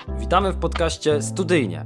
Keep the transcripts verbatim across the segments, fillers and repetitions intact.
Witamy w podcaście Studyjnie.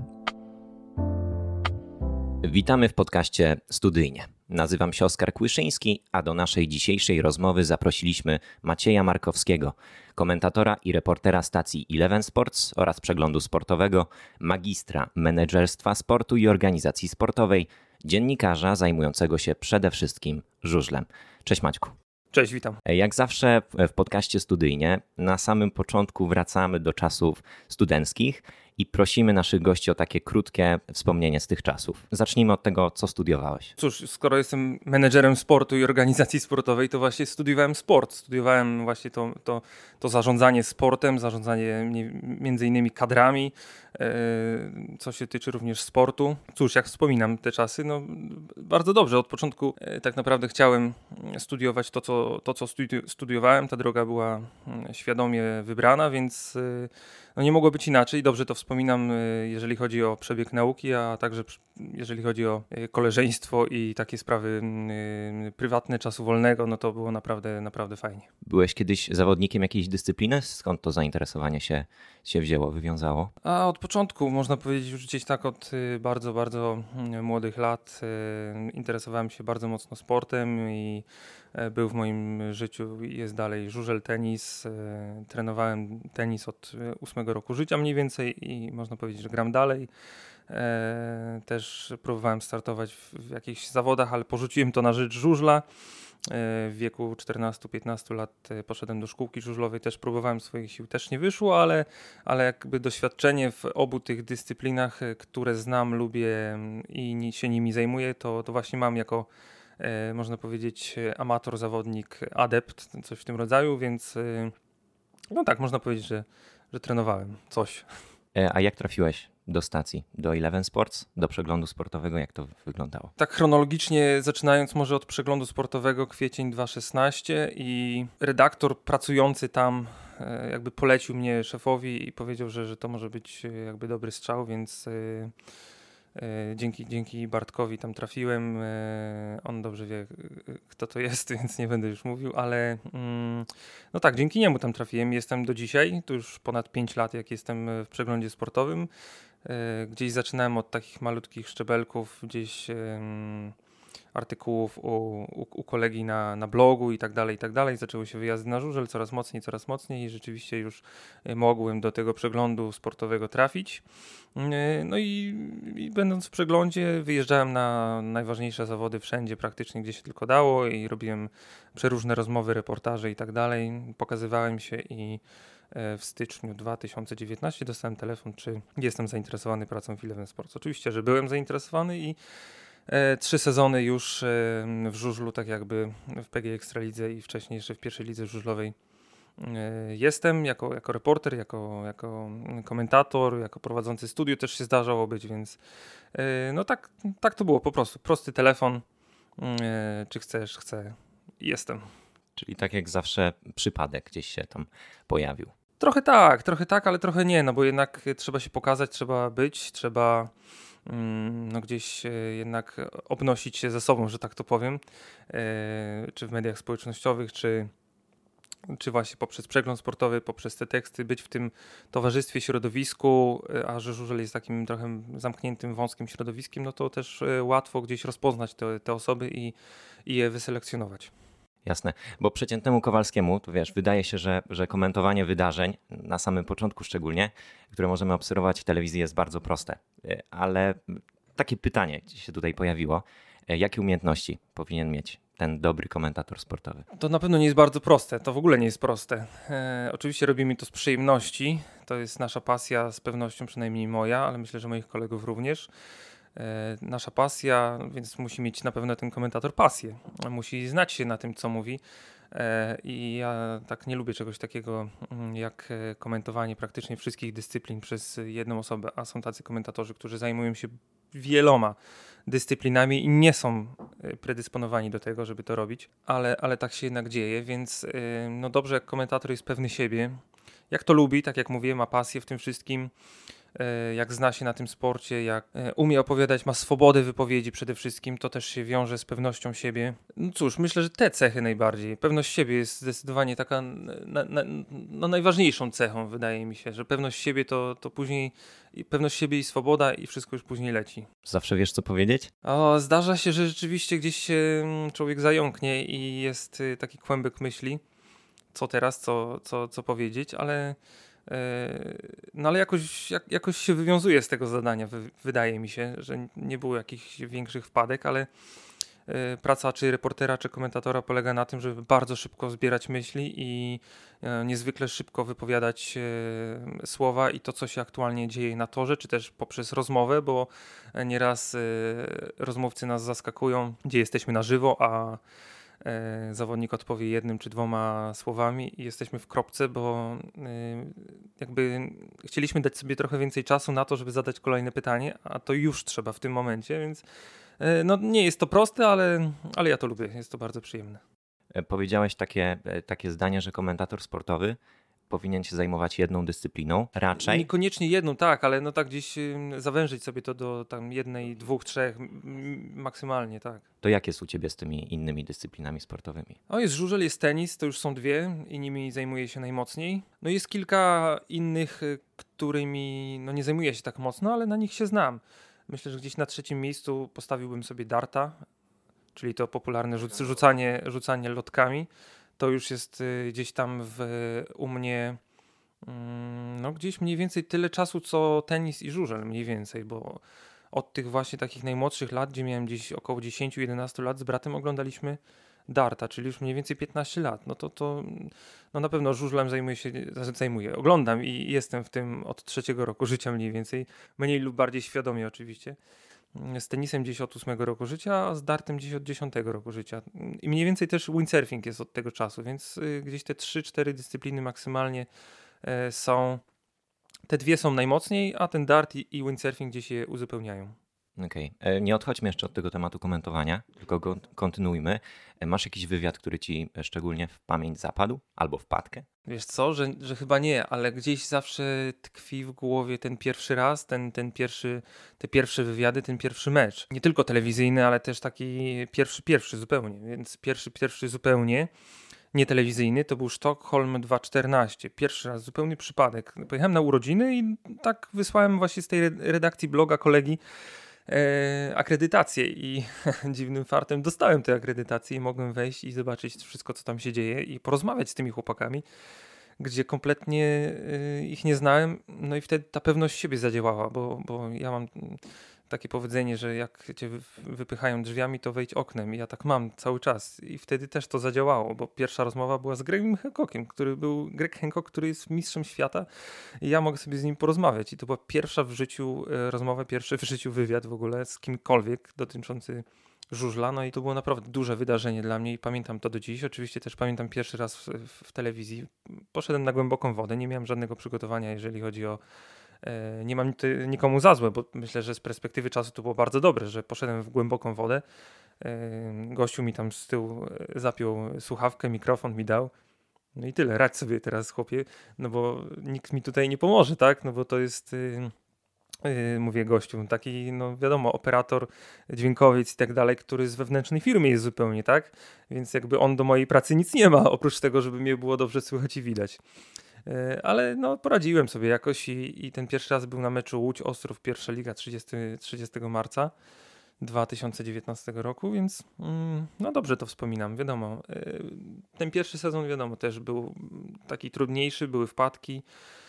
Witamy w podcaście Studyjnie. Nazywam się Oskar Kłyszyński, a do naszej dzisiejszej rozmowy zaprosiliśmy Macieja Markowskiego, komentatora i reportera stacji Eleven Sports oraz Przeglądu Sportowego, magistra menedżerstwa sportu i organizacji sportowej, dziennikarza zajmującego się przede wszystkim żużlem. Cześć Maćku. Cześć, witam. Jak zawsze w podcaście Studyjnie na samym początku wracamy do czasów studenckich i prosimy naszych gości o takie krótkie wspomnienie z tych czasów. Zacznijmy od tego, co studiowałeś. Cóż, skoro jestem menedżerem sportu i organizacji sportowej, to właśnie studiowałem sport. Studiowałem właśnie to, to, to zarządzanie sportem, zarządzanie między innymi kadrami, co się tyczy również sportu. Cóż, jak wspominam te czasy, no bardzo dobrze. Od początku tak naprawdę chciałem studiować to, co, to, co studi- studiowałem. Ta droga była świadomie wybrana, więc no nie mogło być inaczej. Dobrze to wspominam, jeżeli chodzi o przebieg nauki, a także jeżeli chodzi o koleżeństwo i takie sprawy prywatne, czasu wolnego, no to było naprawdę, naprawdę fajnie. Byłeś kiedyś zawodnikiem jakiejś dyscypliny? Skąd to zainteresowanie się, się wzięło, wywiązało? A od początku, można powiedzieć już gdzieś tak od bardzo, bardzo młodych lat interesowałem się bardzo mocno sportem i był w moim życiu i jest dalej żużel, tenis. Trenowałem tenis od ósmego roku życia mniej więcej i można powiedzieć, że gram dalej. Też próbowałem startować w jakichś zawodach, ale porzuciłem to na rzecz żużla. W wieku czternastu piętnastu lat poszedłem do szkółki żużlowej, też próbowałem swoich sił, też nie wyszło, ale, ale jakby doświadczenie w obu tych dyscyplinach, które znam, lubię i się nimi zajmuję, to, to właśnie mam jako, można powiedzieć, amator, zawodnik, adept, coś w tym rodzaju, więc no tak, można powiedzieć, że, że trenowałem coś. A jak trafiłeś do stacji, do Eleven Sports, do Przeglądu Sportowego? Jak to wyglądało? Tak chronologicznie, zaczynając może od Przeglądu Sportowego, kwiecień dwa tysiące szesnasty, i redaktor pracujący tam jakby polecił mnie szefowi i powiedział, że, że to może być jakby dobry strzał, więc yy, yy, dzięki, dzięki Bartkowi tam trafiłem. Yy, on dobrze wie, kto to jest, więc nie będę już mówił, ale yy, no tak, dzięki niemu tam trafiłem. Jestem do dzisiaj, to już ponad pięć lat, jak jestem w Przeglądzie Sportowym. Gdzieś zaczynałem od takich malutkich szczebelków, gdzieś um, artykułów u, u, u kolegi na, na blogu i tak dalej, i tak dalej. Zaczęły się wyjazdy na żużel coraz mocniej, coraz mocniej i rzeczywiście już mogłem do tego Przeglądu Sportowego trafić. No i, i będąc w Przeglądzie wyjeżdżałem na najważniejsze zawody wszędzie praktycznie, gdzie się tylko dało i robiłem przeróżne rozmowy, reportaże i tak dalej. Pokazywałem się i w styczniu dwa tysiące dziewiętnastego dostałem telefon, czy jestem zainteresowany pracą w Eleven Sports. Oczywiście, że byłem zainteresowany i e, trzy sezony już e, w żużlu, tak jakby w P G Ekstralidze i wcześniej jeszcze w pierwszej lidze żużlowej e, jestem jako, jako reporter, jako, jako komentator, jako prowadzący studio też się zdarzało być, więc e, no tak, tak to było po prostu. Prosty telefon, e, czy chcesz, chcę, jestem. Czyli tak jak zawsze przypadek gdzieś się tam pojawił. Trochę tak, trochę tak, ale trochę nie, no bo jednak trzeba się pokazać, trzeba być, trzeba mm, no gdzieś jednak obnosić się ze sobą, że tak to powiem, e, czy w mediach społecznościowych, czy, czy właśnie poprzez przegląd sportowy, poprzez te teksty, być w tym towarzystwie, środowisku, a że żużel jest takim trochę zamkniętym, wąskim środowiskiem, no to też łatwo gdzieś rozpoznać te, te osoby i, i je wyselekcjonować. Jasne, bo przeciętnemu Kowalskiemu, to wiesz, wydaje się, że, że komentowanie wydarzeń, na samym początku szczególnie, które możemy obserwować w telewizji, jest bardzo proste. Ale takie pytanie się tutaj pojawiło. Jakie umiejętności powinien mieć ten dobry komentator sportowy? To na pewno nie jest bardzo proste, to w ogóle nie jest proste. E, oczywiście robimy to z przyjemności, to jest nasza pasja, z pewnością przynajmniej moja, ale myślę, że moich kolegów również. E, nasza pasja, więc musi mieć na pewno ten komentator pasję. Musi znać się na tym, co mówi. E, I ja tak nie lubię czegoś takiego jak komentowanie praktycznie wszystkich dyscyplin przez jedną osobę, a są tacy komentatorzy, którzy zajmują się wieloma dyscyplinami i nie są predysponowani do tego, żeby to robić, ale, ale tak się jednak dzieje, więc yy, no dobrze, jak komentator jest pewny siebie, jak to lubi, tak jak mówię, ma pasję w tym wszystkim, jak zna się na tym sporcie, jak umie opowiadać, ma swobodę wypowiedzi przede wszystkim, to też się wiąże z pewnością siebie. No cóż, myślę, że te cechy najbardziej. Pewność siebie jest zdecydowanie taka na, na, no najważniejszą cechą, wydaje mi się, że pewność siebie to, to później, pewność siebie i swoboda i wszystko już później leci. Zawsze wiesz, co powiedzieć? O, zdarza się, że rzeczywiście gdzieś się człowiek zająknie i jest taki kłębek myśli, co teraz, co, co, co powiedzieć, ale no ale jakoś, jak, jakoś się wywiązuje z tego zadania, wydaje mi się, że nie było jakichś większych wpadek, ale praca czy reportera, czy komentatora polega na tym, żeby bardzo szybko zbierać myśli i niezwykle szybko wypowiadać słowa i to, co się aktualnie dzieje na torze, czy też poprzez rozmowę, bo nieraz rozmówcy nas zaskakują, gdzie jesteśmy na żywo, a zawodnik odpowie jednym czy dwoma słowami i jesteśmy w kropce, bo jakby chcieliśmy dać sobie trochę więcej czasu na to, żeby zadać kolejne pytanie, a to już trzeba w tym momencie, więc no nie jest to proste, ale, ale ja to lubię, jest to bardzo przyjemne. Powiedziałeś takie, takie zdanie, że komentator sportowy powinien się zajmować jedną dyscypliną, raczej? Niekoniecznie jedną, tak, ale no tak gdzieś zawężyć sobie to do tam jednej, dwóch, trzech maksymalnie, tak. To jak jest u ciebie z tymi innymi dyscyplinami sportowymi? O, jest żużel, jest tenis, to już są dwie i nimi zajmuję się najmocniej. No jest kilka innych, którymi no nie zajmuję się tak mocno, ale na nich się znam. Myślę, że gdzieś na trzecim miejscu postawiłbym sobie darta, czyli to popularne rzuc- rzucanie, rzucanie lotkami. To już jest y, gdzieś tam w, u mnie y, no gdzieś mniej więcej tyle czasu, co tenis i żużel mniej więcej, bo od tych właśnie takich najmłodszych lat, gdzie miałem gdzieś około dziesięć jedenaście lat, z bratem oglądaliśmy darta, czyli już mniej więcej piętnaście lat. No to, to no na pewno żużlem zajmuję się, zajmuję, oglądam i jestem w tym od trzeciego roku życia mniej więcej, mniej lub bardziej świadomie oczywiście. Z tenisem gdzieś od ósmego roku życia, a z dartem gdzieś od dziesiątego roku życia. I mniej więcej też windsurfing jest od tego czasu, więc y, gdzieś te trzy cztery dyscypliny maksymalnie y, są, te dwie są najmocniej, a ten dart i, i windsurfing gdzieś je uzupełniają. Okej, okay. Nie odchodźmy jeszcze od tego tematu komentowania, tylko go kontynuujmy. Masz jakiś wywiad, który ci szczególnie w pamięć zapadł albo wpadkę? Wiesz co, że, że chyba nie, ale gdzieś zawsze tkwi w głowie ten pierwszy raz, ten, ten pierwszy, te pierwsze wywiady, ten pierwszy mecz. Nie tylko telewizyjny, ale też taki pierwszy, pierwszy zupełnie, więc pierwszy, pierwszy zupełnie nie telewizyjny, to był Sztokholm dwa tysiące czternaście. Pierwszy raz, zupełny przypadek. Pojechałem na urodziny i tak wysłałem właśnie z tej redakcji bloga kolegi E, akredytację i dziwnym fartem dostałem tę akredytację i mogłem wejść i zobaczyć wszystko, co tam się dzieje i porozmawiać z tymi chłopakami, gdzie kompletnie y, ich nie znałem, no i wtedy ta pewność siebie zadziałała, bo, bo ja mam takie powiedzenie, że jak cię wypychają drzwiami, to wejdź oknem i ja tak mam cały czas i wtedy też to zadziałało, bo pierwsza rozmowa była z Gregiem Hancockiem, który był, Greg Hancock, który jest mistrzem świata i ja mogę sobie z nim porozmawiać i to była pierwsza w życiu rozmowa, pierwszy w życiu wywiad w ogóle z kimkolwiek dotyczący żużla, no i to było naprawdę duże wydarzenie dla mnie i pamiętam to do dziś. Oczywiście też pamiętam pierwszy raz w, w, w telewizji. Poszedłem na głęboką wodę, nie miałem żadnego przygotowania, jeżeli chodzi o... E, nie mam ty, nikomu za złe, bo myślę, że z perspektywy czasu to było bardzo dobre, że poszedłem w głęboką wodę. E, gościu mi tam z tyłu zapiął słuchawkę, mikrofon mi dał. No i tyle, radź sobie teraz, chłopie, no bo nikt mi tutaj nie pomoże, tak? No bo to jest... Y, Yy, mówię gościu, taki, no wiadomo, operator, dźwiękowiec i tak dalej, który z wewnętrznej firmy jest zupełnie, tak? Więc jakby on do mojej pracy nic nie ma, oprócz tego, żeby mnie było dobrze słychać i widać. Yy, ale no poradziłem sobie jakoś i, i ten pierwszy raz był na meczu Łódź Ostrów, pierwsza liga trzydziestego marca dwa tysiące dziewiętnastego roku, więc mm, no dobrze to wspominam, wiadomo. Yy, ten pierwszy sezon, wiadomo, też był taki trudniejszy, były wpadki.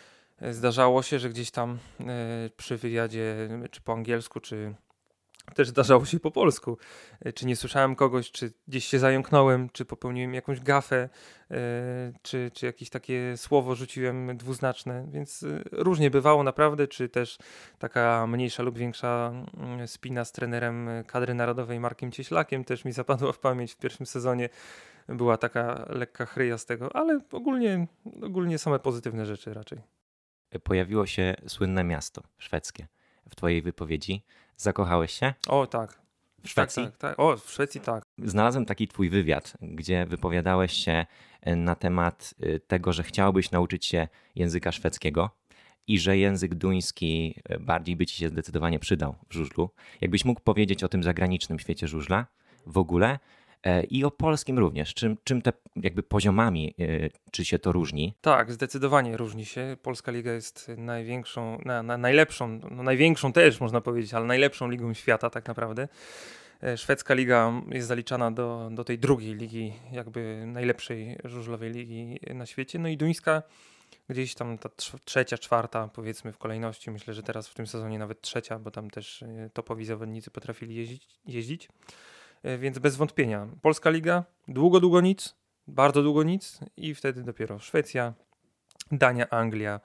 Zdarzało się, że gdzieś tam y, przy wywiadzie, czy po angielsku, czy też zdarzało się po polsku, y, czy nie słyszałem kogoś, czy gdzieś się zająknąłem, czy popełniłem jakąś gafę, y, czy, czy jakieś takie słowo rzuciłem dwuznaczne, więc y, różnie bywało naprawdę, czy też taka mniejsza lub większa y, spina z trenerem kadry narodowej Markiem Cieślakiem też mi zapadła w pamięć w pierwszym sezonie. Była taka lekka chryja z tego, ale ogólnie, ogólnie same pozytywne rzeczy raczej. Pojawiło się słynne miasto szwedzkie w twojej wypowiedzi. Zakochałeś się? O tak. W Szwecji? Tak, tak, tak. O, w Szwecji tak. Znalazłem taki twój wywiad, gdzie wypowiadałeś się na temat tego, że chciałbyś nauczyć się języka szwedzkiego i że język duński bardziej by ci się zdecydowanie przydał w żużlu. Jakbyś mógł powiedzieć o tym zagranicznym świecie żużla w ogóle i o polskim również. Czym, czym te jakby poziomami, czy się to różni? Tak, zdecydowanie różni się. Polska Liga jest największą, na, na, najlepszą, no największą też można powiedzieć, ale najlepszą ligą świata tak naprawdę. Szwedzka liga jest zaliczana do, do tej drugiej ligi, jakby najlepszej żużlowej ligi na świecie. No i duńska gdzieś tam ta trzecia, czwarta powiedzmy w kolejności. Myślę, że teraz w tym sezonie nawet trzecia, bo tam też topowi zawodnicy potrafili jeździć. jeździć. Więc bez wątpienia Polska Liga, długo, długo nic, bardzo długo nic i wtedy dopiero Szwecja, Dania, Anglia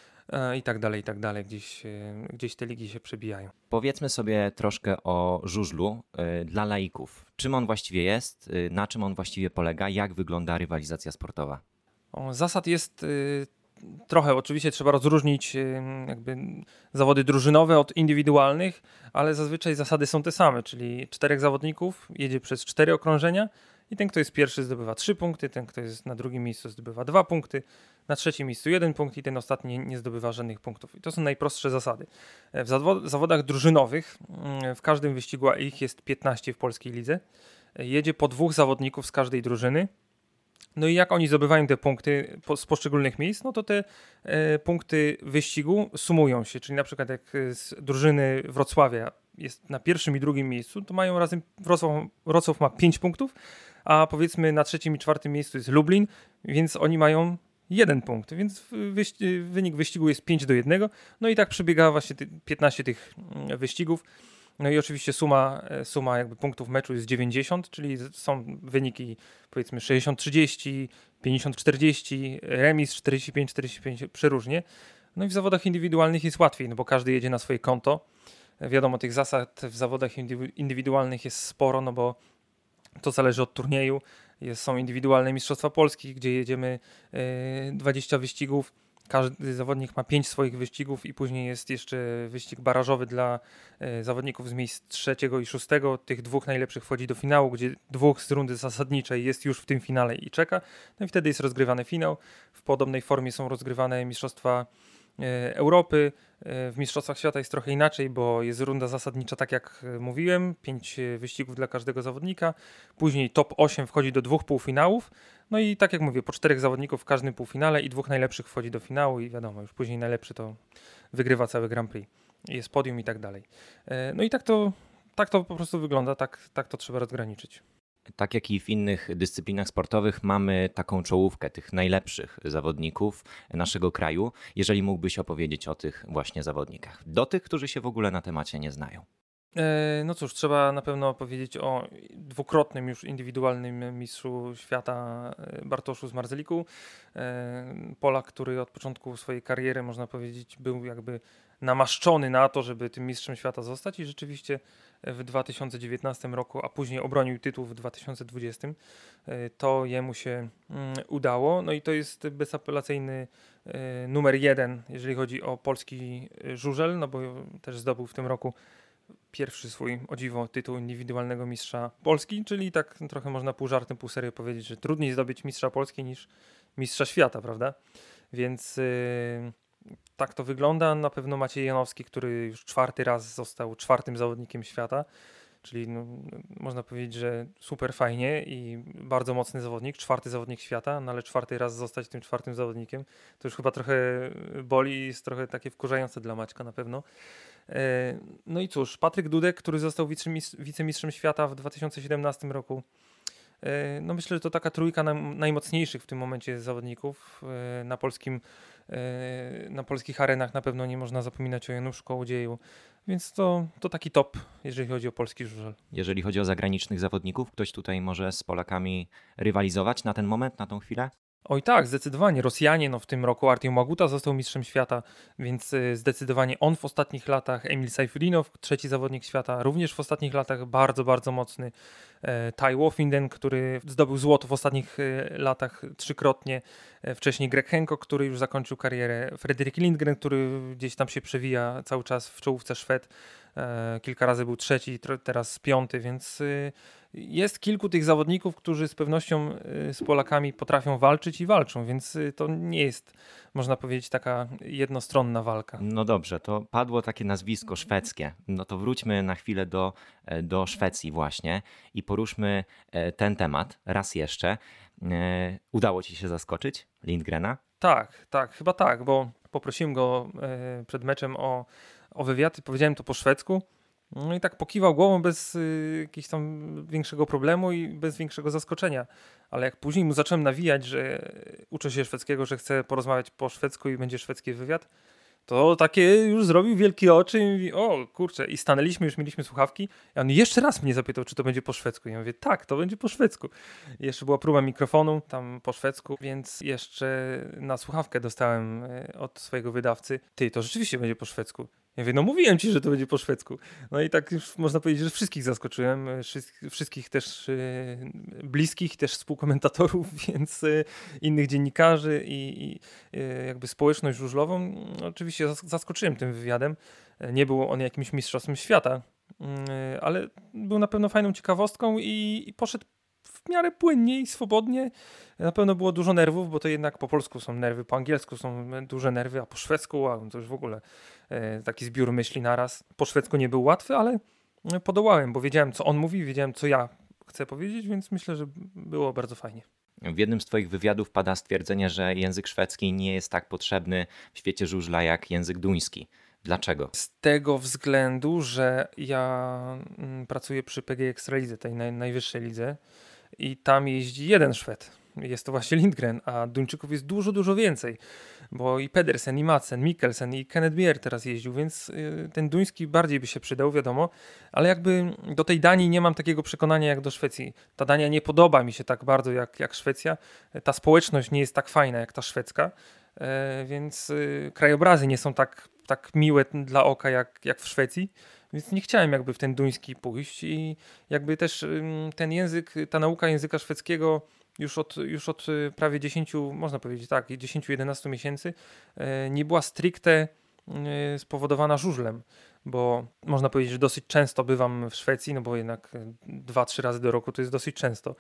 i tak dalej, i tak dalej. Gdzieś, gdzieś te ligi się przebijają. Powiedzmy sobie troszkę o żużlu dla laików. Czym on właściwie jest, na czym on właściwie polega, jak wygląda rywalizacja sportowa? O, zasad jest y, trochę, oczywiście trzeba rozróżnić y, jakby zawody drużynowe od indywidualnych, ale zazwyczaj zasady są te same, czyli czterech zawodników jedzie przez cztery okrążenia i ten, kto jest pierwszy, zdobywa trzy punkty, ten, kto jest na drugim miejscu, zdobywa dwa punkty, na trzecim miejscu jeden punkt i ten ostatni nie zdobywa żadnych punktów. I to są najprostsze zasady. W zawo- zawodach drużynowych y, w każdym wyścigu, a ich jest piętnaście w polskiej lidze, y, jedzie po dwóch zawodników z każdej drużyny. No i jak oni zdobywają te punkty po, z poszczególnych miejsc, no to te e, punkty wyścigu sumują się. Czyli na przykład jak z drużyny Wrocławia jest na pierwszym i drugim miejscu, to mają razem, Wrocław, Wrocław ma pięć punktów, a powiedzmy na trzecim i czwartym miejscu jest Lublin, więc oni mają jeden punkt, więc wyści- wynik wyścigu jest pięć do jednego. No i tak przebiega właśnie ty, piętnaście tych wyścigów. No i oczywiście suma, suma jakby punktów meczu jest dziewięćdziesiąt, czyli są wyniki powiedzmy sześćdziesiąt trzydzieści, pięćdziesiąt czterdzieści, remis czterdzieści pięć czterdzieści pięć, przeróżnie. No i w zawodach indywidualnych jest łatwiej, no bo każdy jedzie na swoje konto. Wiadomo, tych zasad w zawodach indywidualnych jest sporo, no bo to zależy od turnieju. Jest, są indywidualne Mistrzostwa Polski, gdzie jedziemy yy, dwadzieścia wyścigów. Każdy zawodnik ma pięć swoich wyścigów i później jest jeszcze wyścig barażowy dla e, zawodników z miejsc trzeciego i szóstego. Tych dwóch najlepszych wchodzi do finału, gdzie dwóch z rundy zasadniczej jest już w tym finale i czeka. No i wtedy jest rozgrywany finał. W podobnej formie są rozgrywane Mistrzostwa e, Europy. E, w Mistrzostwach Świata jest trochę inaczej, bo jest runda zasadnicza, tak jak mówiłem. Pięć wyścigów dla każdego zawodnika. Później top osiem wchodzi do dwóch półfinałów. No i tak jak mówię, po czterech zawodników w każdym półfinale i dwóch najlepszych wchodzi do finału i wiadomo, już później najlepszy to wygrywa cały Grand Prix. Jest podium i tak dalej. No i tak to, tak to po prostu wygląda, tak, tak to trzeba rozgraniczyć. Tak jak i w innych dyscyplinach sportowych mamy taką czołówkę tych najlepszych zawodników naszego kraju. Jeżeli mógłbyś opowiedzieć o tych właśnie zawodnikach, do tych, którzy się w ogóle na temacie nie znają. No cóż, trzeba na pewno powiedzieć o dwukrotnym już indywidualnym mistrzu świata Bartoszu Zmarzliku. Polak, który od początku swojej kariery, można powiedzieć, był jakby namaszczony na to, żeby tym mistrzem świata zostać i rzeczywiście w dwa tysiące dziewiętnastym roku, a później obronił tytuł w dwa tysiące dwudziestym. To jemu się udało. No i to jest bezapelacyjny numer jeden, jeżeli chodzi o polski żużel, no bo też zdobył w tym roku pierwszy swój, o dziwo, tytuł indywidualnego mistrza Polski, czyli tak trochę można pół żartem, pół serio powiedzieć, że trudniej zdobyć mistrza Polski niż mistrza świata, prawda? Więc yy, tak to wygląda. Na pewno Maciej Janowski, który już czwarty raz został czwartym zawodnikiem świata, czyli no, można powiedzieć, że super fajnie i bardzo mocny zawodnik, czwarty zawodnik świata, no ale czwarty raz zostać tym czwartym zawodnikiem, to już chyba trochę boli i jest trochę takie wkurzające dla Maćka na pewno. No i cóż, Patryk Dudek, który został wicemistrzem świata w dwa tysiące siedemnastym roku. No myślę, że to taka trójka najmocniejszych w tym momencie zawodników. Na polskim, na polskich arenach na pewno nie można zapominać o Januszu Kołodzieju, więc to, to taki top, jeżeli chodzi o polski żużel. Jeżeli chodzi o zagranicznych zawodników, ktoś tutaj może z Polakami rywalizować na ten moment, na tą chwilę? Oj tak, zdecydowanie. Rosjanie, no w tym roku Artyom Łaguta został mistrzem świata, więc y, zdecydowanie on w ostatnich latach, Emil Sajfudinow, trzeci zawodnik świata, również w ostatnich latach bardzo, bardzo mocny. E, Tai Wofinden, który zdobył złoto w ostatnich y, latach trzykrotnie. E, wcześniej Greg Hancock, który już zakończył karierę. Fredrik Lindgren, który gdzieś tam się przewija cały czas w czołówce Szwed. E, kilka razy był trzeci, tro, teraz piąty, więc y, jest kilku tych zawodników, którzy z pewnością z Polakami potrafią walczyć i walczą, więc to nie jest, można powiedzieć, taka jednostronna walka. No dobrze, to padło takie nazwisko szwedzkie. No to wróćmy na chwilę do, do Szwecji właśnie i poruszmy ten temat raz jeszcze. Udało ci się zaskoczyć Lindgrena? Tak, tak, chyba tak, bo poprosiłem go przed meczem o, o wywiad i powiedziałem to po szwedzku. No i tak pokiwał głową bez y, jakiegoś tam większego problemu i bez większego zaskoczenia. Ale jak później mu zacząłem nawijać, że uczę się szwedzkiego, że chcę porozmawiać po szwedzku i będzie szwedzki wywiad, to takie już zrobił wielkie oczy i mówi, o kurczę, i stanęliśmy, już mieliśmy słuchawki. I on jeszcze raz mnie zapytał, czy to będzie po szwedzku. I ja mówię, tak, to będzie po szwedzku. I jeszcze była próba mikrofonu tam po szwedzku, więc jeszcze na słuchawkę dostałem od swojego wydawcy, ty, to rzeczywiście będzie po szwedzku. Ja mówię, no mówiłem ci, że to będzie po szwedzku. No i tak już można powiedzieć, że wszystkich zaskoczyłem, wszystkich też bliskich, też współkomentatorów, więc innych dziennikarzy i, i jakby społeczność żużlową. Oczywiście zaskoczyłem tym wywiadem. Nie był on jakimś mistrzostwem świata, ale był na pewno fajną ciekawostką i, i poszedł w miarę płynnie i swobodnie. Na pewno było dużo nerwów, bo to jednak po polsku są nerwy, po angielsku są duże nerwy, a po szwedzku a to już w ogóle e, taki zbiór myśli naraz. Po szwedzku nie był łatwy, ale podołałem, bo wiedziałem, co on mówi, wiedziałem, co ja chcę powiedzieć, więc myślę, że było bardzo fajnie. W jednym z twoich wywiadów pada stwierdzenie, że język szwedzki nie jest tak potrzebny w świecie żużla jak język duński. Dlaczego? Z tego względu, że ja mm, pracuję przy P G Ekstralidze, tej naj, najwyższej lidze, i tam jeździ jeden Szwed. Jest to właśnie Lindgren, a Duńczyków jest dużo, dużo więcej. Bo i Pedersen, i Madsen, Mikkelsen, i Kenneth Bier teraz jeździł, więc y, ten duński bardziej by się przydał, wiadomo. Ale jakby do tej Danii nie mam takiego przekonania jak do Szwecji. Ta Dania nie podoba mi się tak bardzo jak, jak Szwecja. Ta społeczność nie jest tak fajna jak ta szwedzka. E, więc y, krajobrazy nie są tak, tak miłe dla oka jak, jak w Szwecji. Więc nie chciałem jakby w ten duński pójść i jakby też ten język, ta nauka języka szwedzkiego już od, już od prawie dziesięciu, można powiedzieć tak, dziesięciu jedenastu miesięcy nie była stricte spowodowana żużlem, bo można powiedzieć, że dosyć często bywam w Szwecji, no bo jednak dwa, trzy razy do roku to jest dosyć często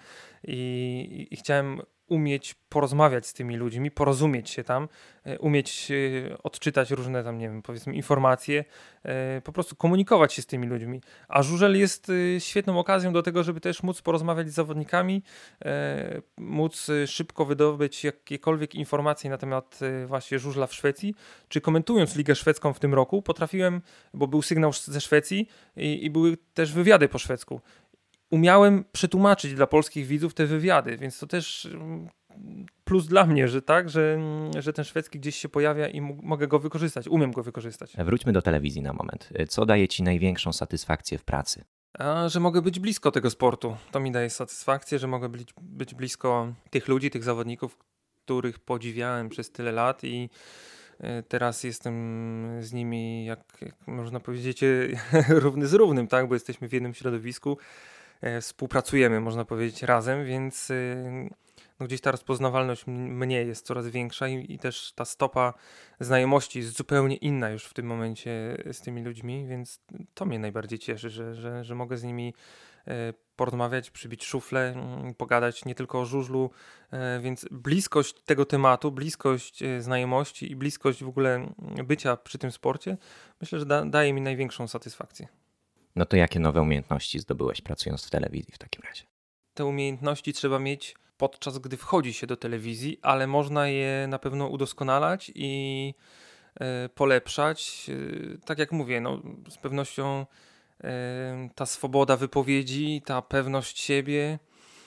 i, i chciałem umieć porozmawiać z tymi ludźmi, porozumieć się tam, umieć odczytać różne tam, nie wiem, powiedzmy informacje, po prostu komunikować się z tymi ludźmi. A żużel jest świetną okazją do tego, żeby też móc porozmawiać z zawodnikami, móc szybko wydobyć jakiekolwiek informacje na temat właśnie żużla w Szwecji, czy komentując Ligę Szwedzką w tym roku, potrafiłem, bo był sygnał ze Szwecji i, i były też wywiady po szwedzku. Umiałem przetłumaczyć dla polskich widzów te wywiady, więc to też plus dla mnie, że tak, że, że ten szwedzki gdzieś się pojawia i m- mogę go wykorzystać, umiem go wykorzystać. Wróćmy do telewizji na moment. Co daje ci największą satysfakcję w pracy? A, że mogę być blisko tego sportu. To mi daje satysfakcję, że mogę być, być blisko tych ludzi, tych zawodników, których podziwiałem przez tyle lat i teraz jestem z nimi, jak, jak można powiedzieć, równy z równym, tak, bo jesteśmy w jednym środowisku. Współpracujemy, można powiedzieć, razem, więc no gdzieś ta rozpoznawalność mnie jest coraz większa i, i też ta stopa znajomości jest zupełnie inna już w tym momencie z tymi ludźmi, więc to mnie najbardziej cieszy, że, że, że mogę z nimi porozmawiać, przybić szuflę, pogadać nie tylko o żużlu, więc bliskość tego tematu, bliskość znajomości i bliskość w ogóle bycia przy tym sporcie, myślę, że da, daje mi największą satysfakcję. No to jakie nowe umiejętności zdobyłeś pracując w telewizji w takim razie? Te umiejętności trzeba mieć podczas gdy wchodzi się do telewizji, ale można je na pewno udoskonalać i y, polepszać. Y, tak jak mówię, no, z pewnością y, ta swoboda wypowiedzi, ta pewność siebie,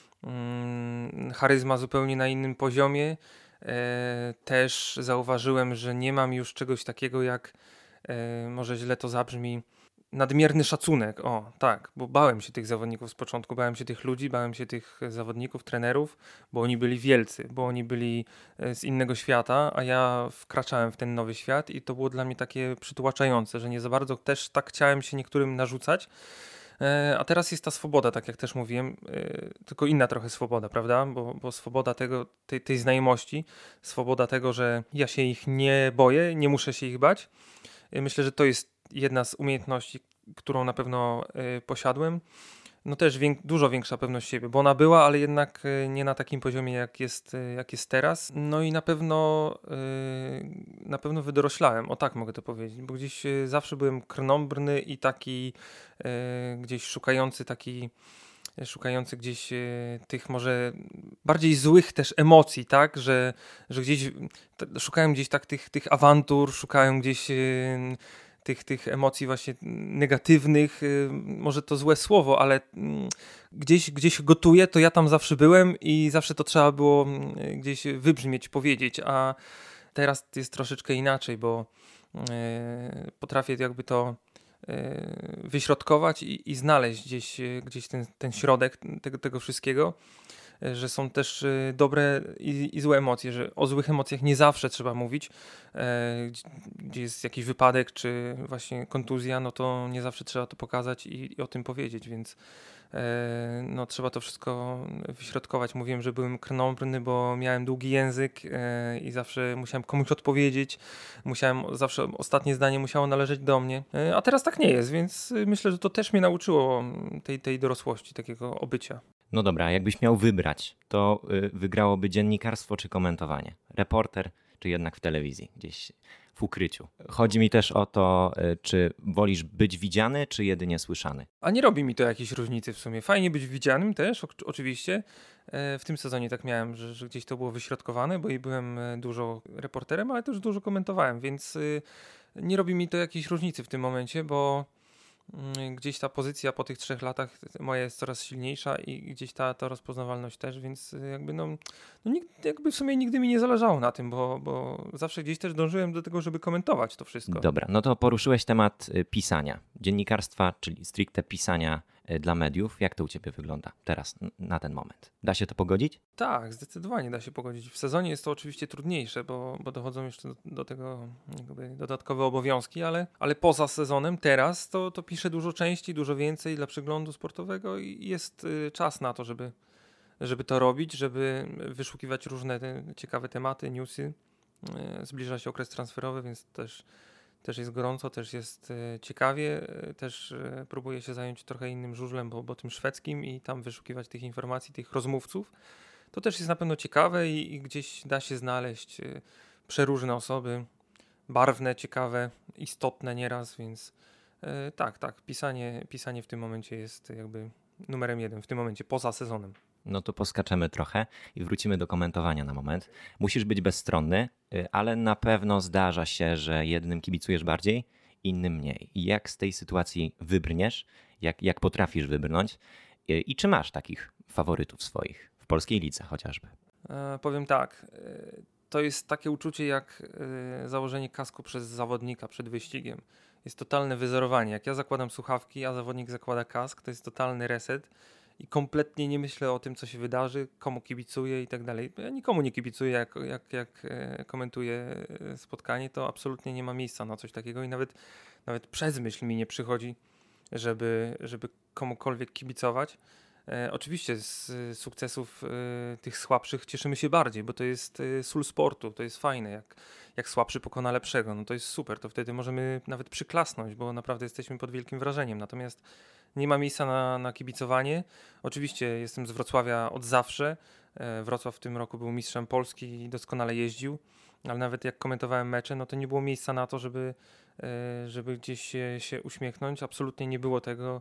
y, charyzma zupełnie na innym poziomie. Y, też zauważyłem, że nie mam już czegoś takiego jak, y, może źle to zabrzmi, nadmierny szacunek, o tak, bo bałem się tych zawodników z początku, bałem się tych ludzi, bałem się tych zawodników, trenerów, bo oni byli wielcy, bo oni byli z innego świata, a ja wkraczałem w ten nowy świat i to było dla mnie takie przytłaczające, że nie za bardzo też tak chciałem się niektórym narzucać, a teraz jest ta swoboda, tak jak też mówiłem, tylko inna trochę swoboda, prawda, bo, bo swoboda tego, tej, tej znajomości, swoboda tego, że ja się ich nie boję, nie muszę się ich bać, myślę, że to jest jedna z umiejętności, którą na pewno y, posiadłem. no też wiek, dużo większa pewność siebie, bo ona była, ale jednak nie na takim poziomie, jak jest, jak jest teraz. No i na pewno yy, na pewno wydoroślałem, o tak mogę to powiedzieć, bo gdzieś zawsze byłem krnąbrny i taki yy, gdzieś szukający taki szukający gdzieś e, tych może bardziej złych też emocji, tak, że, że gdzieś t- szukałem gdzieś tak tych, tych awantur, szukałem gdzieś e, tych, tych emocji właśnie negatywnych, e, może to złe słowo, ale m, gdzieś, gdzieś gotuję, to ja tam zawsze byłem i zawsze to trzeba było m, gdzieś wybrzmieć, powiedzieć, a teraz jest troszeczkę inaczej, bo e, potrafię jakby to wyśrodkować i, i znaleźć gdzieś, gdzieś ten, ten środek tego, tego wszystkiego, że są też dobre i, i złe emocje, że o złych emocjach nie zawsze trzeba mówić, gdzie jest jakiś wypadek czy właśnie kontuzja, no to nie zawsze trzeba to pokazać i, i o tym powiedzieć, więc no trzeba to wszystko wyśrodkować. Mówiłem, że byłem krnąbrny, bo miałem długi język i zawsze musiałem komuś odpowiedzieć, musiałem, zawsze ostatnie zdanie musiało należeć do mnie, a teraz tak nie jest, więc myślę, że to też mnie nauczyło tej, tej dorosłości, takiego obycia. No dobra, jakbyś miał wybrać, to wygrałoby dziennikarstwo czy komentowanie? Reporter czy jednak w telewizji, gdzieś w ukryciu? Chodzi mi też o to, czy wolisz być widziany, czy jedynie słyszany? A nie robi mi to jakiejś różnicy w sumie. Fajnie być widzianym też, o- oczywiście. W tym sezonie tak miałem, że, że gdzieś to było wyśrodkowane, bo i byłem dużo reporterem, ale też dużo komentowałem, więc nie robi mi to jakiejś różnicy w tym momencie, bo gdzieś ta pozycja po tych trzech latach moja jest coraz silniejsza i gdzieś ta, ta rozpoznawalność też, więc jakby no, no nikt, jakby w sumie nigdy mi nie zależało na tym, bo, bo zawsze gdzieś też dążyłem do tego, żeby komentować to wszystko. Dobra, no to poruszyłeś temat pisania, dziennikarstwa, czyli stricte pisania dla mediów. Jak to u ciebie wygląda teraz, na ten moment? Da się to pogodzić? Tak, zdecydowanie da się pogodzić. W sezonie jest to oczywiście trudniejsze, bo, bo dochodzą jeszcze do, do tego jakby dodatkowe obowiązki, ale, ale poza sezonem teraz to, to piszę dużo częściej, dużo więcej dla przeglądu sportowego i jest y, czas na to, żeby, żeby to robić, żeby wyszukiwać różne te, ciekawe tematy, newsy. Y, zbliża się okres transferowy, więc też Też jest gorąco, też jest e, ciekawie, e, też e, próbuję się zająć trochę innym żużlem, bo, bo tym szwedzkim i tam wyszukiwać tych informacji, tych rozmówców. To też jest na pewno ciekawe i, i gdzieś da się znaleźć e, przeróżne osoby, barwne, ciekawe, istotne nieraz, więc e, tak, tak, pisanie, pisanie w tym momencie jest jakby numerem jeden, w tym momencie, poza sezonem. No to poskaczemy trochę i wrócimy do komentowania na moment. Musisz być bezstronny, ale na pewno zdarza się, że jednym kibicujesz bardziej, innym mniej. I jak z tej sytuacji wybrniesz, jak, jak potrafisz wybrnąć i czy masz takich faworytów swoich w polskiej lidze chociażby? E, powiem tak, e, to jest takie uczucie jak e, założenie kasku przez zawodnika przed wyścigiem. Jest totalne wyzerowanie. Jak ja zakładam słuchawki, a zawodnik zakłada kask, to jest totalny reset i kompletnie nie myślę o tym, co się wydarzy, komu kibicuję i tak dalej. Ja nikomu nie kibicuję, jak, jak, jak e, komentuję spotkanie, to absolutnie nie ma miejsca na coś takiego i nawet, nawet przez myśl mi nie przychodzi, żeby, żeby komukolwiek kibicować. E, oczywiście z e, sukcesów e, tych słabszych cieszymy się bardziej, bo to jest e, sól sportu, to jest fajne, jak, jak słabszy pokona lepszego, no to jest super, to wtedy możemy nawet przyklasnąć, bo naprawdę jesteśmy pod wielkim wrażeniem, natomiast nie ma miejsca na, na kibicowanie. Oczywiście jestem z Wrocławia od zawsze, e, Wrocław w tym roku był mistrzem Polski i doskonale jeździł, ale nawet jak komentowałem mecze, no to nie było miejsca na to, żeby, e, żeby gdzieś się, się uśmiechnąć, absolutnie nie było tego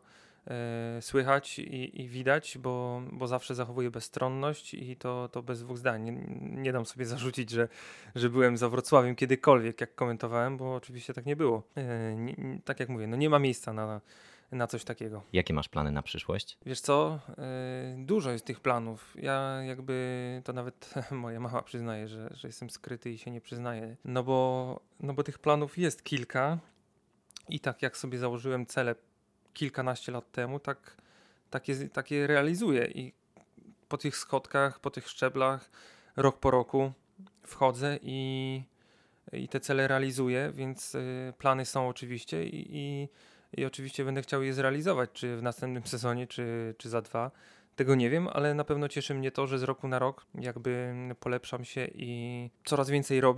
słychać i, i widać, bo, bo zawsze zachowuję bezstronność i to, to bez dwóch zdań. Nie, nie dam sobie zarzucić, że, że byłem za Wrocławiem kiedykolwiek, jak komentowałem, bo oczywiście tak nie było. E, nie, nie, tak jak mówię, no nie ma miejsca na, na coś takiego. Jakie masz plany na przyszłość? Wiesz co, e, dużo jest tych planów. Ja jakby, to nawet moja mama przyznaje, że, że jestem skryty i się nie przyznaję. No bo, no bo tych planów jest kilka i tak jak sobie założyłem cele kilkanaście lat temu, tak, takie, takie realizuję i po tych schodkach, po tych szczeblach rok po roku wchodzę i, i te cele realizuję, więc y, plany są oczywiście i, i, i oczywiście będę chciał je zrealizować, czy w następnym sezonie, czy, czy za dwa. Tego nie wiem, ale na pewno cieszy mnie to, że z roku na rok jakby polepszam się i coraz więcej robię,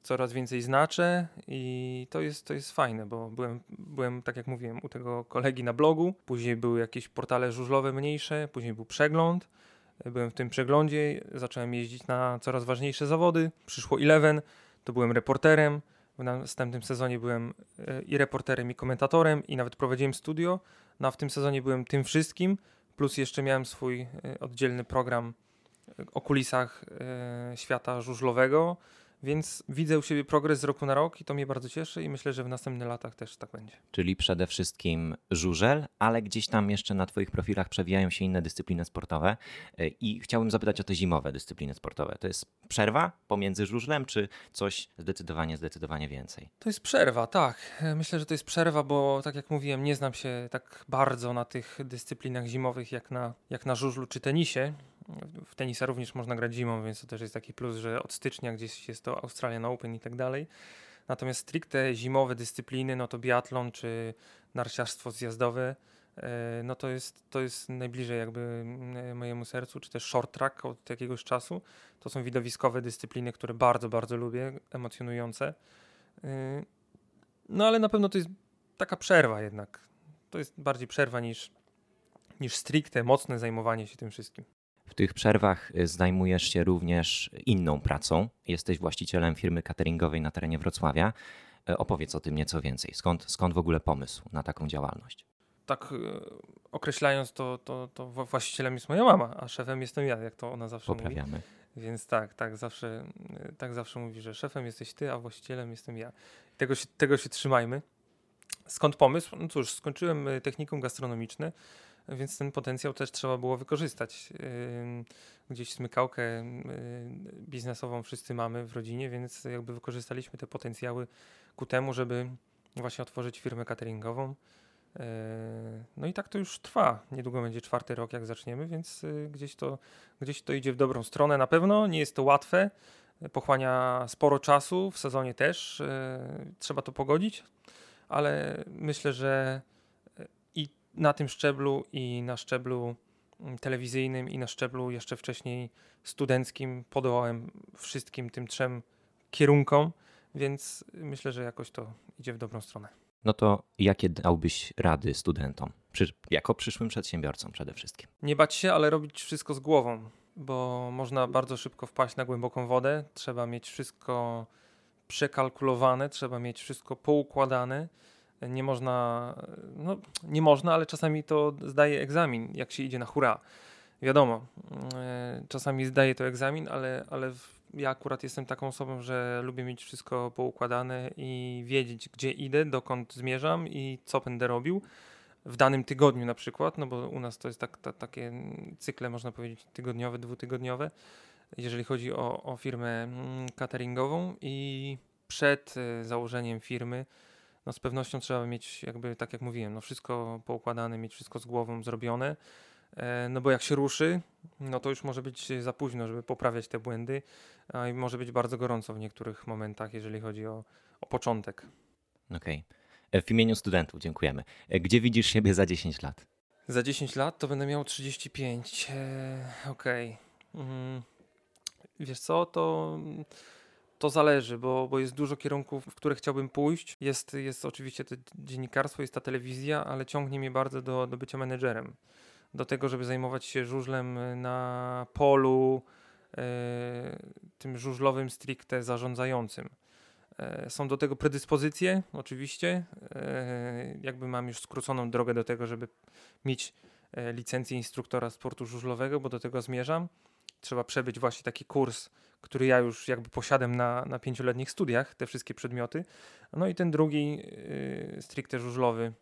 coraz więcej znaczę i to jest, to jest fajne, bo byłem, byłem, tak jak mówiłem, u tego kolegi na blogu, później były jakieś portale żużlowe mniejsze, później był przegląd, byłem w tym przeglądzie, zacząłem jeździć na coraz ważniejsze zawody, przyszło Eleven, to byłem reporterem, w następnym sezonie byłem i reporterem, i komentatorem i nawet prowadziłem studio, no a w tym sezonie byłem tym wszystkim, plus jeszcze miałem swój oddzielny program o kulisach e, świata żużlowego, więc widzę u siebie progres z roku na rok i to mnie bardzo cieszy i myślę, że w następnych latach też tak będzie. Czyli przede wszystkim żużel, ale gdzieś tam jeszcze na twoich profilach przewijają się inne dyscypliny sportowe i chciałbym zapytać o te zimowe dyscypliny sportowe. To jest przerwa pomiędzy żużlem, czy coś zdecydowanie, zdecydowanie więcej? To jest przerwa, tak. Myślę, że to jest przerwa, bo tak jak mówiłem, nie znam się tak bardzo na tych dyscyplinach zimowych jak na, jak na żużlu czy tenisie. W tenisa również można grać zimą, więc to też jest taki plus, że od stycznia gdzieś jest to Australian Open i tak dalej. Natomiast stricte zimowe dyscypliny, no to biatlon czy narciarstwo zjazdowe, no to jest, to jest najbliżej jakby mojemu sercu, czy też short track od jakiegoś czasu. To są widowiskowe dyscypliny, które bardzo, bardzo lubię, emocjonujące. No ale na pewno to jest taka przerwa jednak. To jest bardziej przerwa niż, niż stricte mocne zajmowanie się tym wszystkim. W tych przerwach zajmujesz się również inną pracą. Jesteś właścicielem firmy cateringowej na terenie Wrocławia. Opowiedz o tym nieco więcej. Skąd, skąd w ogóle pomysł na taką działalność? Tak e, określając to, to, to właścicielem jest moja mama, a szefem jestem ja, jak to ona zawsze Poprawiamy. mówi. Więc tak, tak zawsze, tak zawsze mówi, że szefem jesteś ty, a właścicielem jestem ja. Tego się, tego się trzymajmy. Skąd pomysł? No cóż, skończyłem technikum gastronomiczne, więc ten potencjał też trzeba było wykorzystać. Yy, gdzieś smykałkę yy, biznesową wszyscy mamy w rodzinie, więc jakby wykorzystaliśmy te potencjały ku temu, żeby właśnie otworzyć firmę cateringową. Yy, no i tak to już trwa. Niedługo będzie czwarty rok, jak zaczniemy, więc yy, gdzieś to, gdzieś to idzie w dobrą stronę. Na pewno nie jest to łatwe. Pochłania sporo czasu, w sezonie też. Yy, trzeba to pogodzić, ale myślę, że i na tym szczeblu, i na szczeblu telewizyjnym, i na szczeblu jeszcze wcześniej studenckim podołałem wszystkim tym trzem kierunkom, więc myślę, że jakoś to idzie w dobrą stronę. No to jakie dałbyś rady studentom, Przy, jako przyszłym przedsiębiorcom przede wszystkim? Nie bać się, ale robić wszystko z głową, bo można bardzo szybko wpaść na głęboką wodę, trzeba mieć wszystko przekalkulowane, trzeba mieć wszystko poukładane. Nie można, no nie można, ale czasami to zdaje egzamin, jak się idzie na hura. Wiadomo, czasami zdaje to egzamin, ale, ale ja akurat jestem taką osobą, że lubię mieć wszystko poukładane i wiedzieć, gdzie idę, dokąd zmierzam i co będę robił w danym tygodniu na przykład, no bo u nas to jest tak, ta, takie cykle, można powiedzieć, tygodniowe, dwutygodniowe, jeżeli chodzi o, o firmę cateringową i przed założeniem firmy no z pewnością trzeba mieć jakby, tak jak mówiłem, no wszystko poukładane, mieć wszystko z głową zrobione, e, no bo jak się ruszy, no to już może być za późno, żeby poprawiać te błędy, a i może być bardzo gorąco w niektórych momentach, jeżeli chodzi o, o początek. Okej. Okay. W imieniu studentów dziękujemy. Gdzie widzisz siebie za dziesięć lat? Za dziesięć lat to będę miał trzydzieści pięć. E, Okej. Okay. Mm. Wiesz co, to... To zależy, bo, bo jest dużo kierunków, w które chciałbym pójść. Jest, jest oczywiście to dziennikarstwo, jest ta telewizja, ale ciągnie mnie bardzo do, do bycia menedżerem. Do tego, żeby zajmować się żużlem na polu, e, tym żużlowym stricte zarządzającym. E, są do tego predyspozycje, oczywiście. E, jakby mam już skróconą drogę do tego, żeby mieć e, licencję instruktora sportu żużlowego, bo do tego zmierzam. Trzeba przebyć właśnie taki kurs, który ja już jakby posiadam na, na pięcioletnich studiach, te wszystkie przedmioty. No i ten drugi y, stricte żużlowy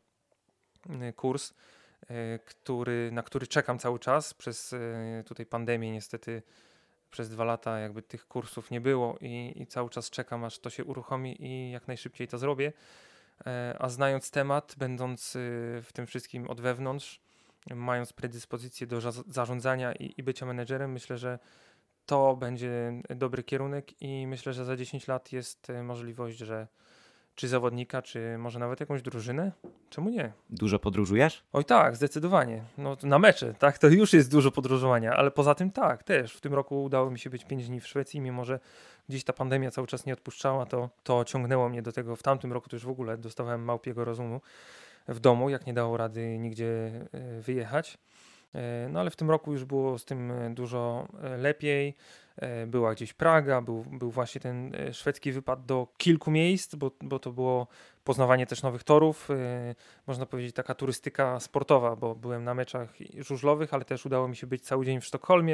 y, kurs, y, który, na który czekam cały czas. Przez y, tutaj pandemię niestety przez dwa lata jakby tych kursów nie było i, i cały czas czekam, aż to się uruchomi i jak najszybciej to zrobię. E, a znając temat, będąc y, w tym wszystkim od wewnątrz, mając predyspozycję do za- zarządzania i, i bycia menedżerem, myślę, że to będzie dobry kierunek i myślę, że za dziesięć lat jest możliwość, że czy zawodnika, czy może nawet jakąś drużynę. Czemu nie? Dużo podróżujesz? Oj tak, zdecydowanie. No, na mecze, tak, to już jest dużo podróżowania, ale poza tym tak, też. W tym roku udało mi się być pięć dni w Szwecji, mimo że gdzieś ta pandemia cały czas nie odpuszczała, to, to ciągnęło mnie do tego. W tamtym roku to już w ogóle dostawałem małpiego rozumu w domu, jak nie dało rady nigdzie wyjechać. No ale w tym roku już było z tym dużo lepiej. Była gdzieś Praga, był, był właśnie ten szwedzki wypad do kilku miejsc, bo, bo to było poznawanie też nowych torów. Można powiedzieć taka turystyka sportowa, bo byłem na meczach żużlowych, ale też udało mi się być cały dzień w Sztokholmie.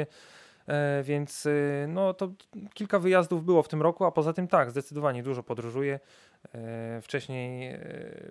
Więc no to kilka wyjazdów było w tym roku, a poza tym tak, zdecydowanie dużo podróżuję. Wcześniej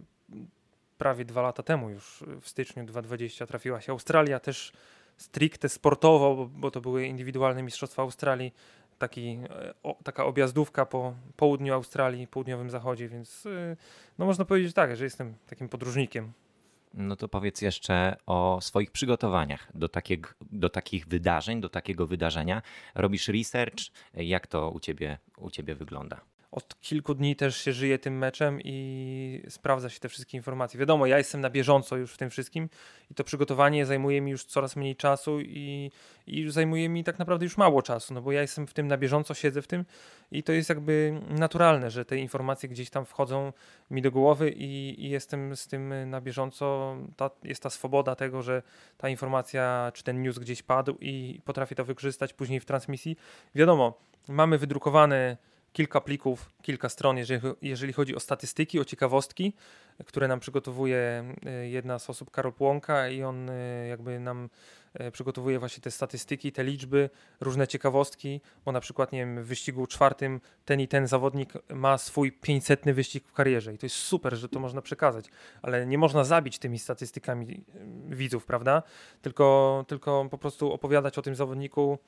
prawie dwa lata temu już w styczniu dwa tysiące dwudziestym trafiła się Australia, też stricte sportowo, bo, bo to były indywidualne mistrzostwa Australii, taki, o, taka objazdówka po południu Australii, południowym zachodzie, więc no można powiedzieć tak, że jestem takim podróżnikiem. No to powiedz jeszcze o swoich przygotowaniach do, takiego, do takich wydarzeń, do takiego wydarzenia. Robisz research, jak to u ciebie, u ciebie wygląda? Od kilku dni też się żyje tym meczem i sprawdza się te wszystkie informacje. Wiadomo, ja jestem na bieżąco już w tym wszystkim i to przygotowanie zajmuje mi już coraz mniej czasu i, i zajmuje mi tak naprawdę już mało czasu, no bo ja jestem w tym na bieżąco, siedzę w tym i to jest jakby naturalne, że te informacje gdzieś tam wchodzą mi do głowy i, i jestem z tym na bieżąco. Ta, jest ta swoboda tego, że ta informacja czy ten news gdzieś padł i potrafię to wykorzystać później w transmisji. Wiadomo, mamy wydrukowane kilka plików, kilka stron, jeżeli, jeżeli chodzi o statystyki, o ciekawostki, które nam przygotowuje jedna z osób, Karol Płonka, i on jakby nam przygotowuje właśnie te statystyki, te liczby, różne ciekawostki, bo na przykład, nie wiem, w wyścigu czwartym ten i ten zawodnik ma swój pięćsetny wyścig w karierze i to jest super, że to można przekazać, ale nie można zabić tymi statystykami widzów, prawda? Tylko, tylko po prostu opowiadać o tym zawodniku,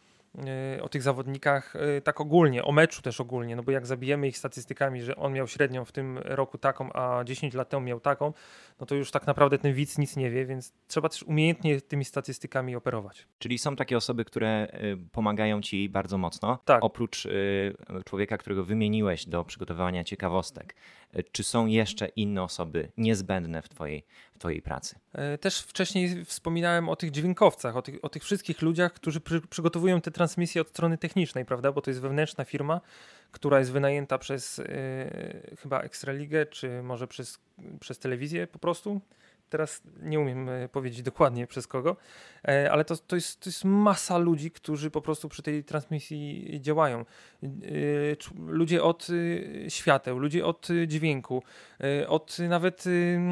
o tych zawodnikach tak ogólnie, o meczu też ogólnie, no bo jak zabijemy ich statystykami, że on miał średnią w tym roku taką, a dziesięć lat temu miał taką, no to już tak naprawdę ten widz nic nie wie, więc trzeba też umiejętnie tymi statystykami operować. Czyli są takie osoby, które pomagają ci bardzo mocno. Tak. Oprócz człowieka, którego wymieniłeś do przygotowywania ciekawostek, czy są jeszcze inne osoby niezbędne w twojej, w twojej pracy? Też wcześniej wspominałem o tych dźwiękowcach, o tych, o tych wszystkich ludziach, którzy przy, przygotowują te transmisje od strony technicznej, prawda? Bo to jest wewnętrzna firma, która jest wynajęta przez yy, chyba Ekstraligę, czy może przez, przez telewizję po prostu. Teraz nie umiem powiedzieć dokładnie przez kogo, ale to, to, jest, to jest masa ludzi, którzy po prostu przy tej transmisji działają. Ludzie od świateł, ludzie od dźwięku, od nawet,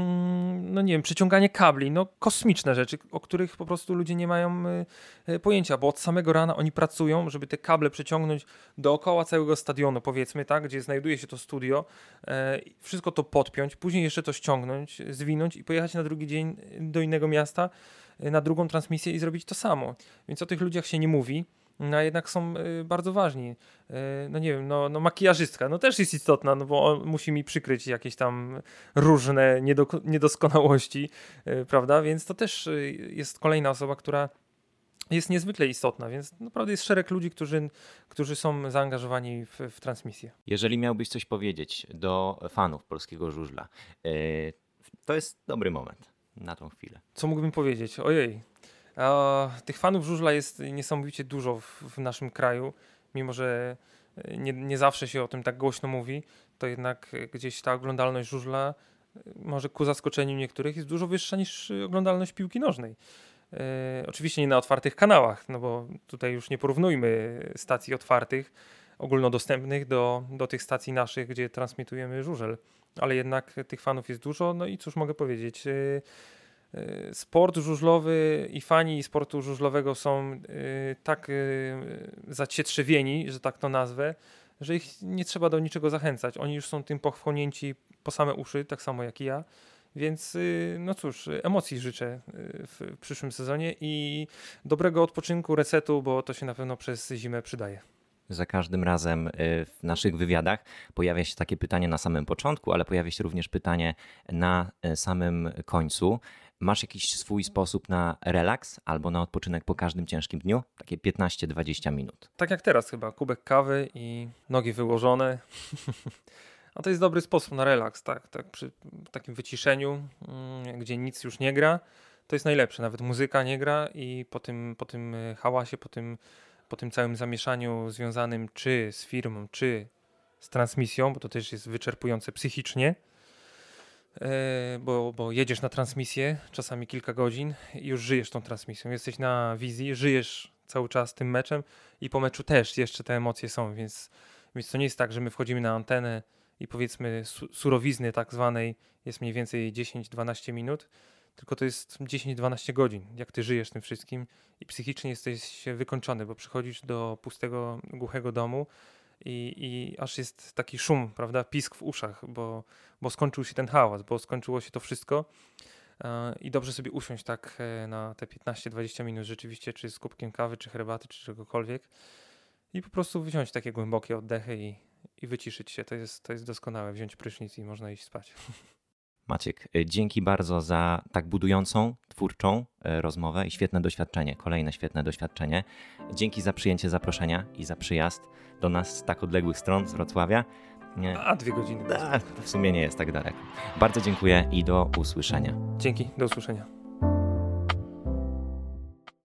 no nie wiem, przeciąganie kabli, no kosmiczne rzeczy, o których po prostu ludzie nie mają pojęcia, bo od samego rana oni pracują, żeby te kable przeciągnąć dookoła całego stadionu, powiedzmy, tak, gdzie znajduje się to studio, wszystko to podpiąć, później jeszcze to ściągnąć, zwinąć i pojechać na drugi dzień do innego miasta, na drugą transmisję i zrobić to samo. Więc o tych ludziach się nie mówi, no a jednak są bardzo ważni. No nie wiem, no, no makijażystka, no też jest istotna, no bo on musi mi przykryć jakieś tam różne niedoko- niedoskonałości, prawda? Więc to też jest kolejna osoba, która jest niezwykle istotna, więc naprawdę jest szereg ludzi, którzy, którzy są zaangażowani w, w transmisję. Jeżeli miałbyś coś powiedzieć do fanów polskiego żużla, yy, to jest dobry moment na tą chwilę. Co mógłbym powiedzieć? Ojej. A, tych fanów żużla jest niesamowicie dużo w, w naszym kraju, mimo że nie, nie zawsze się o tym tak głośno mówi, to jednak gdzieś ta oglądalność żużla, może ku zaskoczeniu niektórych, jest dużo wyższa niż oglądalność piłki nożnej. E, oczywiście nie na otwartych kanałach, no bo tutaj już nie porównujmy stacji otwartych, ogólnodostępnych do, do tych stacji naszych, gdzie transmitujemy żużel, ale jednak tych fanów jest dużo, no i cóż mogę powiedzieć, e, e, sport żużlowy i fani sportu żużlowego są e, tak e, zacietrzewieni, że tak to nazwę, że ich nie trzeba do niczego zachęcać, oni już są tym pochłonięci po same uszy, tak samo jak i ja. Więc no cóż, emocji życzę w przyszłym sezonie i dobrego odpoczynku, resetu, bo to się na pewno przez zimę przydaje. Za każdym razem w naszych wywiadach pojawia się takie pytanie na samym początku, ale pojawia się również pytanie na samym końcu. Masz jakiś swój sposób na relaks albo na odpoczynek po każdym ciężkim dniu? Takie piętnaście dwadzieścia minut. Tak jak teraz chyba, kubek kawy i nogi wyłożone. A to jest dobry sposób na relaks, tak, tak przy takim wyciszeniu, mm, gdzie nic już nie gra, to jest najlepsze, nawet muzyka nie gra i po tym, po tym hałasie, po tym, po tym całym zamieszaniu związanym czy z firmą, czy z transmisją, bo to też jest wyczerpujące psychicznie, e, bo, bo jedziesz na transmisję czasami kilka godzin i już żyjesz tą transmisją, jesteś na wizji, żyjesz cały czas tym meczem i po meczu też jeszcze te emocje są, więc, więc to nie jest tak, że my wchodzimy na antenę i powiedzmy su- surowizny tak zwanej jest mniej więcej dziesięć dwanaście minut, tylko to jest dziesięć dwanaście godzin, jak ty żyjesz tym wszystkim i psychicznie jesteś wykończony, bo przychodzisz do pustego, głuchego domu i, i aż jest taki szum, prawda, pisk w uszach, bo, bo skończył się ten hałas, bo skończyło się to wszystko e, i dobrze sobie usiąść tak e, na te piętnaście dwadzieścia minut rzeczywiście, czy z kubkiem kawy, czy herbaty, czy czegokolwiek i po prostu wziąć takie głębokie oddechy i, i wyciszyć się. To jest, to jest doskonałe, wziąć prysznic i można iść spać. Maciek, dzięki bardzo za tak budującą, twórczą rozmowę i świetne doświadczenie, kolejne świetne doświadczenie. Dzięki za przyjęcie zaproszenia i za przyjazd do nas z tak odległych stron, z Wrocławia. A, dwie godziny. A, w sumie nie jest tak daleko. Bardzo dziękuję i do usłyszenia. Dzięki, do usłyszenia.